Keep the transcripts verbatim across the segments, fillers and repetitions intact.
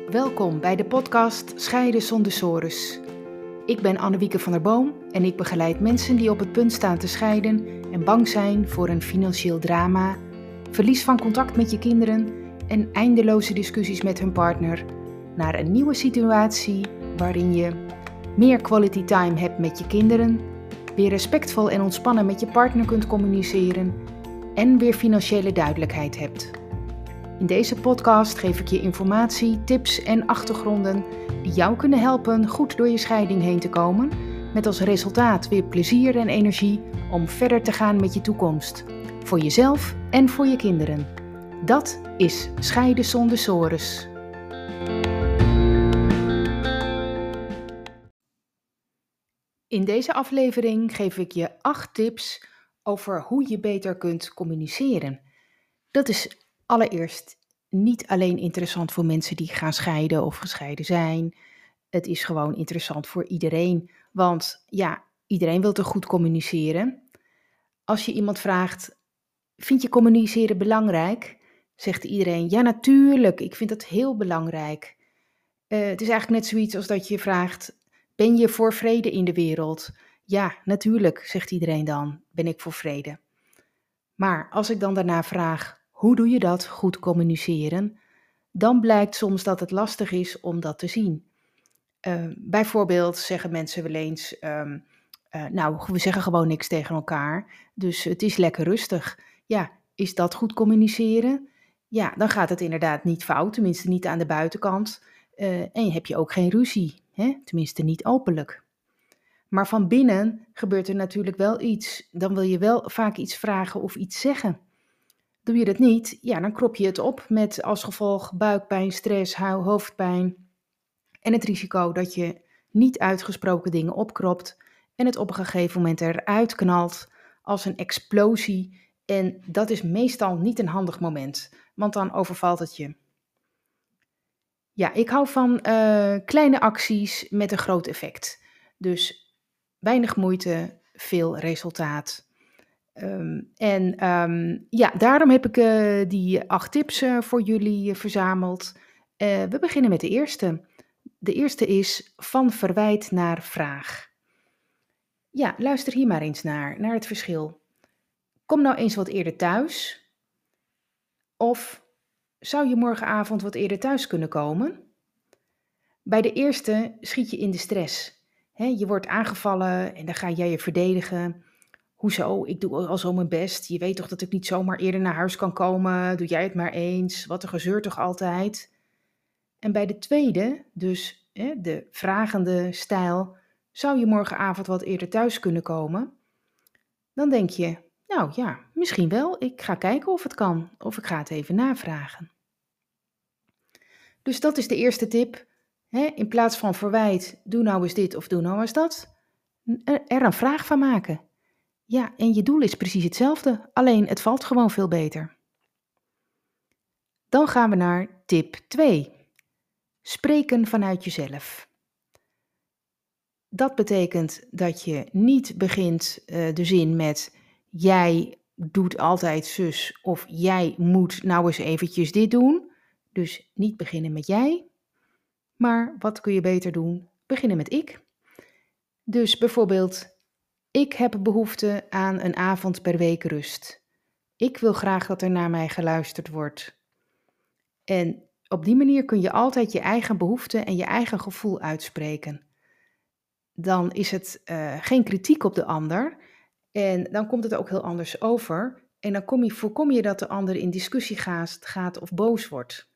Welkom bij de podcast Scheiden zonder sores. Ik ben Annewieke van der Boom en ik begeleid mensen die op het punt staan te scheiden en bang zijn voor een financieel drama, verlies van contact met je kinderen en eindeloze discussies met hun partner naar een nieuwe situatie waarin je meer quality time hebt met je kinderen, weer respectvol en ontspannen met je partner kunt communiceren en weer financiële duidelijkheid hebt. In deze podcast geef ik je informatie, tips en achtergronden die jou kunnen helpen goed door je scheiding heen te komen, met als resultaat weer plezier en energie om verder te gaan met je toekomst, voor jezelf en voor je kinderen. Dat is Scheiden zonder sores. In deze aflevering geef ik je acht tips over hoe je beter kunt communiceren. Dat is allereerst niet alleen interessant voor mensen die gaan scheiden of gescheiden zijn. Het is gewoon interessant voor iedereen, want ja, iedereen wil toch goed communiceren. Als je iemand vraagt, vind je communiceren belangrijk? Zegt iedereen, ja natuurlijk, ik vind dat heel belangrijk. Uh, het is eigenlijk net zoiets als dat je vraagt, ben je voor vrede in de wereld? Ja, natuurlijk, zegt iedereen dan, ben ik voor vrede. Maar als ik dan daarna vraag, hoe doe je dat, goed communiceren? Dan blijkt soms dat het lastig is om dat te zien. Uh, bijvoorbeeld zeggen mensen wel eens, um, uh, nou, we zeggen gewoon niks tegen elkaar, dus het is lekker rustig. Ja, is dat goed communiceren? Ja, dan gaat het inderdaad niet fout, tenminste niet aan de buitenkant. Uh, en heb je ook geen ruzie, hè? Tenminste niet openlijk. Maar van binnen gebeurt er natuurlijk wel iets. Dan wil je wel vaak iets vragen of iets zeggen. Doe je dat niet, ja, dan krop je het op met als gevolg buikpijn, stress, hoofdpijn en het risico dat je niet uitgesproken dingen opkropt en het op een gegeven moment eruit knalt als een explosie. En dat is meestal niet een handig moment, want dan overvalt het je. Ja, ik hou van uh, kleine acties met een groot effect. Dus weinig moeite, veel resultaat. Um, en um, ja, daarom heb ik uh, die acht tips uh, voor jullie uh, verzameld. Uh, we beginnen met de eerste. De eerste is van verwijt naar vraag. Ja, luister hier maar eens naar, naar het verschil. Kom nou eens wat eerder thuis. Of zou je morgenavond wat eerder thuis kunnen komen? Bij de eerste schiet je in de stress. He, je wordt aangevallen en dan ga jij je verdedigen. Hoezo, ik doe al zo mijn best. Je weet toch dat ik niet zomaar eerder naar huis kan komen? Doe jij het maar eens? Wat een gezeur toch altijd? En bij de tweede, dus hè, de vragende stijl, zou je morgenavond wat eerder thuis kunnen komen? Dan denk je, nou ja, misschien wel. Ik ga kijken of het kan. Of ik ga het even navragen. Dus dat is de eerste tip. Hè, in plaats van verwijt, doe nou eens dit of doe nou eens dat. Er een vraag van maken. Ja, en je doel is precies hetzelfde, alleen het valt gewoon veel beter. Dan gaan we naar tip twee. Spreken vanuit jezelf. Dat betekent dat je niet begint uh, de zin met jij doet altijd zus of jij moet nou eens eventjes dit doen. Dus niet beginnen met jij, maar wat kun je beter doen? Beginnen met ik. Dus bijvoorbeeld, ik heb behoefte aan een avond per week rust. Ik wil graag dat er naar mij geluisterd wordt. En op die manier kun je altijd je eigen behoefte en je eigen gevoel uitspreken. Dan is het uh, geen kritiek op de ander en dan komt het ook heel anders over. En dan kom je, voorkom je dat de ander in discussie gaat, gaat of boos wordt.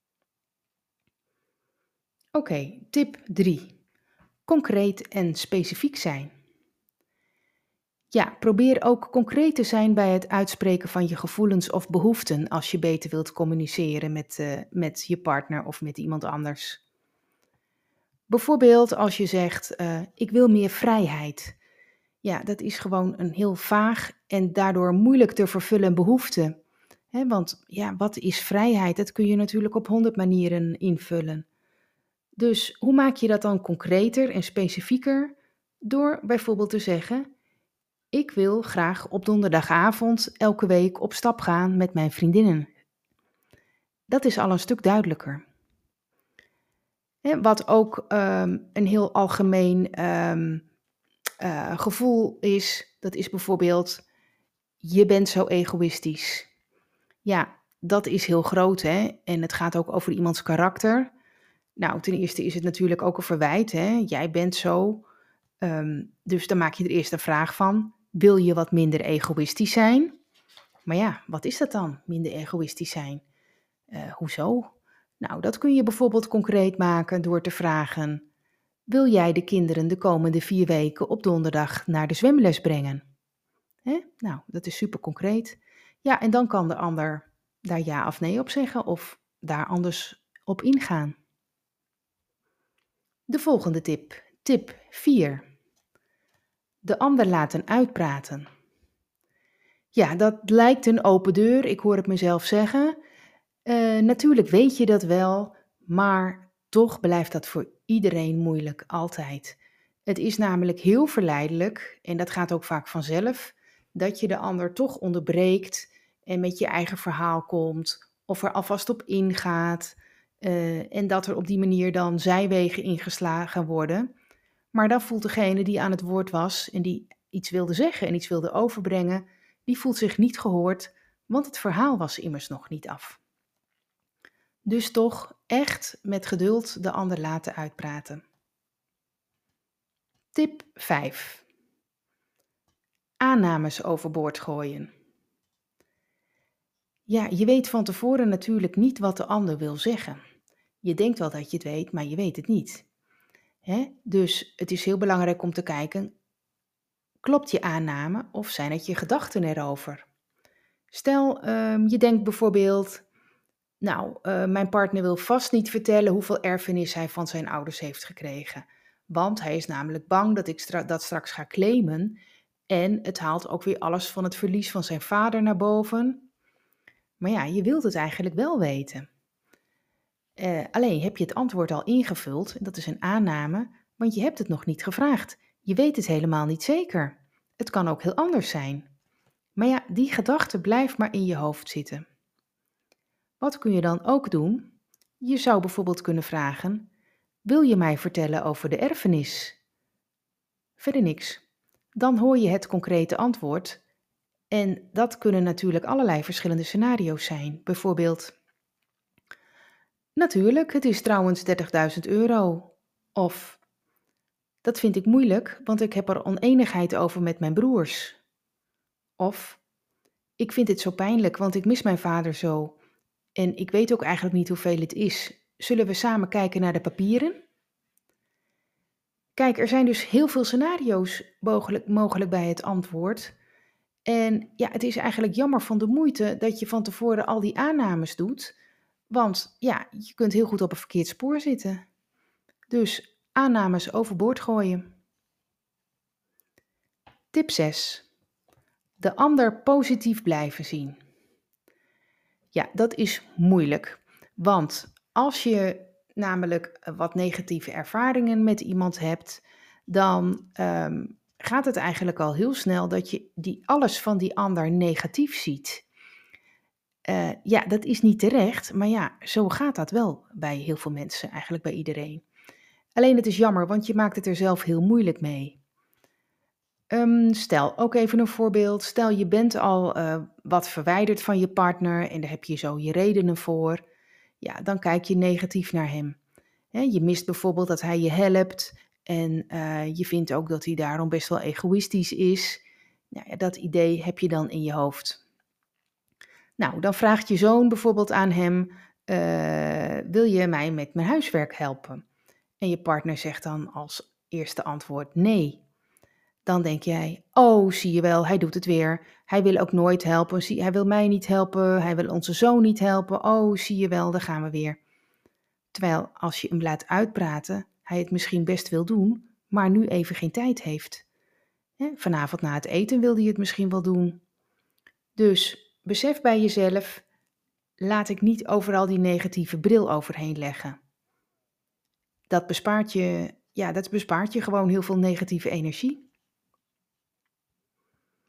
Oké, okay, tip drie. Concreet en specifiek zijn. Ja, probeer ook concreet te zijn bij het uitspreken van je gevoelens of behoeften als je beter wilt communiceren met, uh, met je partner of met iemand anders. Bijvoorbeeld als je zegt, uh, ik wil meer vrijheid. Ja, dat is gewoon een heel vaag en daardoor moeilijk te vervullen behoefte. He, want ja, wat is vrijheid? Dat kun je natuurlijk op honderd manieren invullen. Dus hoe maak je dat dan concreter en specifieker? Door bijvoorbeeld te zeggen, ik wil graag op donderdagavond elke week op stap gaan met mijn vriendinnen. Dat is al een stuk duidelijker. Hè, wat ook ehm, een heel algemeen ehm, eh, gevoel is, dat is bijvoorbeeld, je bent zo egoïstisch. Ja, dat is heel groot, hè? En het gaat ook over iemands karakter. Nou, ten eerste is het natuurlijk ook een verwijt, hè? Jij bent zo. Ehm, dus dan maak je er eerst een vraag van: wil je wat minder egoïstisch zijn? Maar ja, wat is dat dan, minder egoïstisch zijn? Eh, hoezo? Nou, dat kun je bijvoorbeeld concreet maken door te vragen: wil jij de kinderen de komende vier weken op donderdag naar de zwemles brengen? Hè? Nou, dat is super concreet. Ja, en dan kan de ander daar ja of nee op zeggen of daar anders op ingaan. De volgende tip. Tip vier. De ander laten uitpraten. Ja, dat lijkt een open deur. Ik hoor het mezelf zeggen. Eh, natuurlijk weet je dat wel, maar toch blijft dat voor iedereen moeilijk, altijd. Het is namelijk heel verleidelijk, en dat gaat ook vaak vanzelf, dat je de ander toch onderbreekt en met je eigen verhaal komt, of er alvast op ingaat, eh, en dat er op die manier dan zijwegen ingeslagen worden. Maar dan voelt degene die aan het woord was en die iets wilde zeggen en iets wilde overbrengen, die voelt zich niet gehoord, want het verhaal was immers nog niet af. Dus toch echt met geduld de ander laten uitpraten. Tip vijf. Aannames overboord gooien. Ja, je weet van tevoren natuurlijk niet wat de ander wil zeggen. Je denkt wel dat je het weet, maar je weet het niet. Hè? Dus het is heel belangrijk om te kijken, klopt je aanname of zijn het je gedachten erover? Stel, ehm, je denkt bijvoorbeeld, nou, eh, mijn partner wil vast niet vertellen hoeveel erfenis hij van zijn ouders heeft gekregen. Want hij is namelijk bang dat ik stra- dat straks ga claimen. En het haalt ook weer alles van het verlies van zijn vader naar boven. Maar ja, je wilt het eigenlijk wel weten. Eh, alleen heb je het antwoord al ingevuld, en dat is een aanname, want je hebt het nog niet gevraagd. Je weet het helemaal niet zeker. Het kan ook heel anders zijn. Maar ja, die gedachte blijft maar in je hoofd zitten. Wat kun je dan ook doen? Je zou bijvoorbeeld kunnen vragen: wil je mij vertellen over de erfenis? Verder niks. Dan hoor je het concrete antwoord. En dat kunnen natuurlijk allerlei verschillende scenario's zijn. Bijvoorbeeld, natuurlijk, het is trouwens dertigduizend euro. Of, dat vind ik moeilijk, want ik heb er oneenigheid over met mijn broers. Of, ik vind dit zo pijnlijk, want ik mis mijn vader zo. En ik weet ook eigenlijk niet hoeveel het is. Zullen we samen kijken naar de papieren? Kijk, er zijn dus heel veel scenario's mogelijk, mogelijk bij het antwoord. En ja, het is eigenlijk jammer van de moeite dat je van tevoren al die aannames doet. Want ja, je kunt heel goed op een verkeerd spoor zitten. Dus aannames overboord gooien. Tip zes. De ander positief blijven zien. Ja, dat is moeilijk. Want als je namelijk eh, wat negatieve ervaringen met iemand hebt, dan ehm, gaat het eigenlijk al heel snel dat je die, alles van die ander negatief ziet. Eh, ja, dat is niet terecht, maar ja, zo gaat dat wel bij heel veel mensen, eigenlijk bij iedereen. Alleen het is jammer, want je maakt het er zelf heel moeilijk mee. Ehm, stel, ook even een voorbeeld. Stel, je bent al eh, wat verwijderd van je partner en daar heb je zo je redenen voor. Ja, dan kijk je negatief naar hem. Hè, je mist bijvoorbeeld dat hij je helpt en eh, je vindt ook dat hij daarom best wel egoïstisch is. Nou ja, dat idee heb je dan in je hoofd. Nou, dan vraagt je zoon bijvoorbeeld aan hem: eh, wil je mij met mijn huiswerk helpen? En je partner zegt dan als eerste antwoord nee. Dan denk jij: oh, zie je wel, hij doet het weer. Hij wil ook nooit helpen. Zie, hij wil mij niet helpen. Hij wil onze zoon niet helpen. Oh, zie je wel, daar gaan we weer. Terwijl als je hem laat uitpraten, hij het misschien best wil doen, maar nu even geen tijd heeft. Hè, vanavond na het eten wil hij het misschien wel doen. Dus besef bij jezelf: laat ik niet overal die negatieve bril overheen leggen. Dat bespaart je, ja, dat bespaart je gewoon heel veel negatieve energie.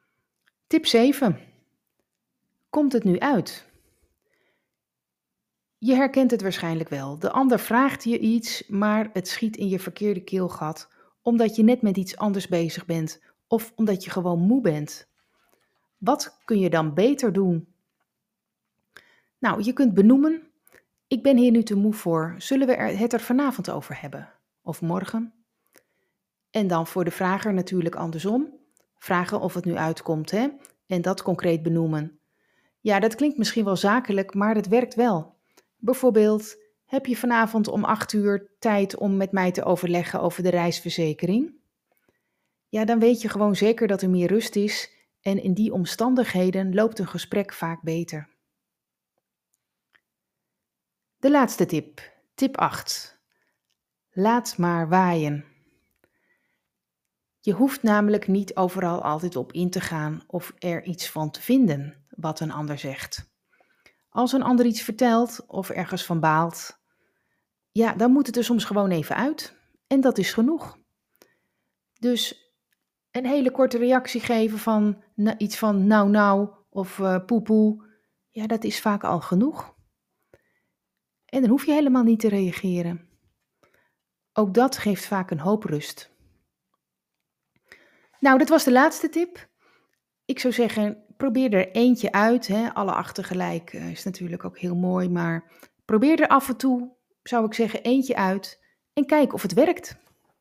Tip zeven. Komt het nu uit? Je herkent het waarschijnlijk wel. De ander vraagt je iets, maar het schiet in je verkeerde keelgat omdat je net met iets anders bezig bent of omdat je gewoon moe bent. Wat kun je dan beter doen? Nou, je kunt benoemen: ik ben hier nu te moe voor. Zullen we er het er vanavond over hebben? Of morgen? En dan voor de vrager natuurlijk andersom. Vragen of het nu uitkomt, hè? En dat concreet benoemen. Ja, dat klinkt misschien wel zakelijk, maar het werkt wel. Bijvoorbeeld, heb je vanavond om acht uur tijd om met mij te overleggen over de reisverzekering? Ja, dan weet je gewoon zeker dat er meer rust is en in die omstandigheden loopt een gesprek vaak beter. De laatste tip, tip acht. Laat maar waaien. Je hoeft namelijk niet overal altijd op in te gaan of er iets van te vinden wat een ander zegt. Als een ander iets vertelt of ergens van baalt, ja, dan moet het er soms gewoon even uit. En dat is genoeg. Dus een hele korte reactie geven van nou, iets van nou nou of uh, poe poe, ja, dat is vaak al genoeg. En dan hoef je helemaal niet te reageren. Ook dat geeft vaak een hoop rust. Nou, dat was de laatste tip. Ik zou zeggen, probeer er eentje uit. Hè. Alle acht tegelijk uh, is natuurlijk ook heel mooi, maar probeer er af en toe, zou ik zeggen, eentje uit en kijk of het werkt.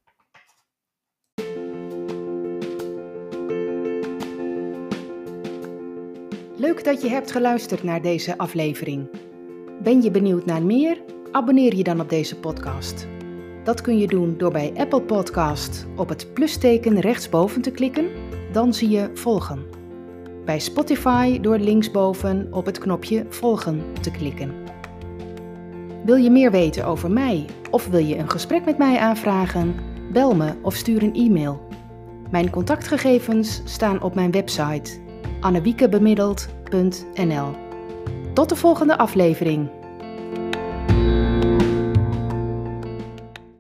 Leuk dat je hebt geluisterd naar deze aflevering. Ben je benieuwd naar meer? Abonneer je dan op deze podcast. Dat kun je doen door bij Apple Podcast op het plusteken rechtsboven te klikken, dan zie je volgen. Bij Spotify door linksboven op het knopje volgen te klikken. Wil je meer weten over mij of wil je een gesprek met mij aanvragen? Bel me of stuur een e-mail. Mijn contactgegevens staan op mijn website annewiekebemiddeld punt n l. Tot de volgende aflevering.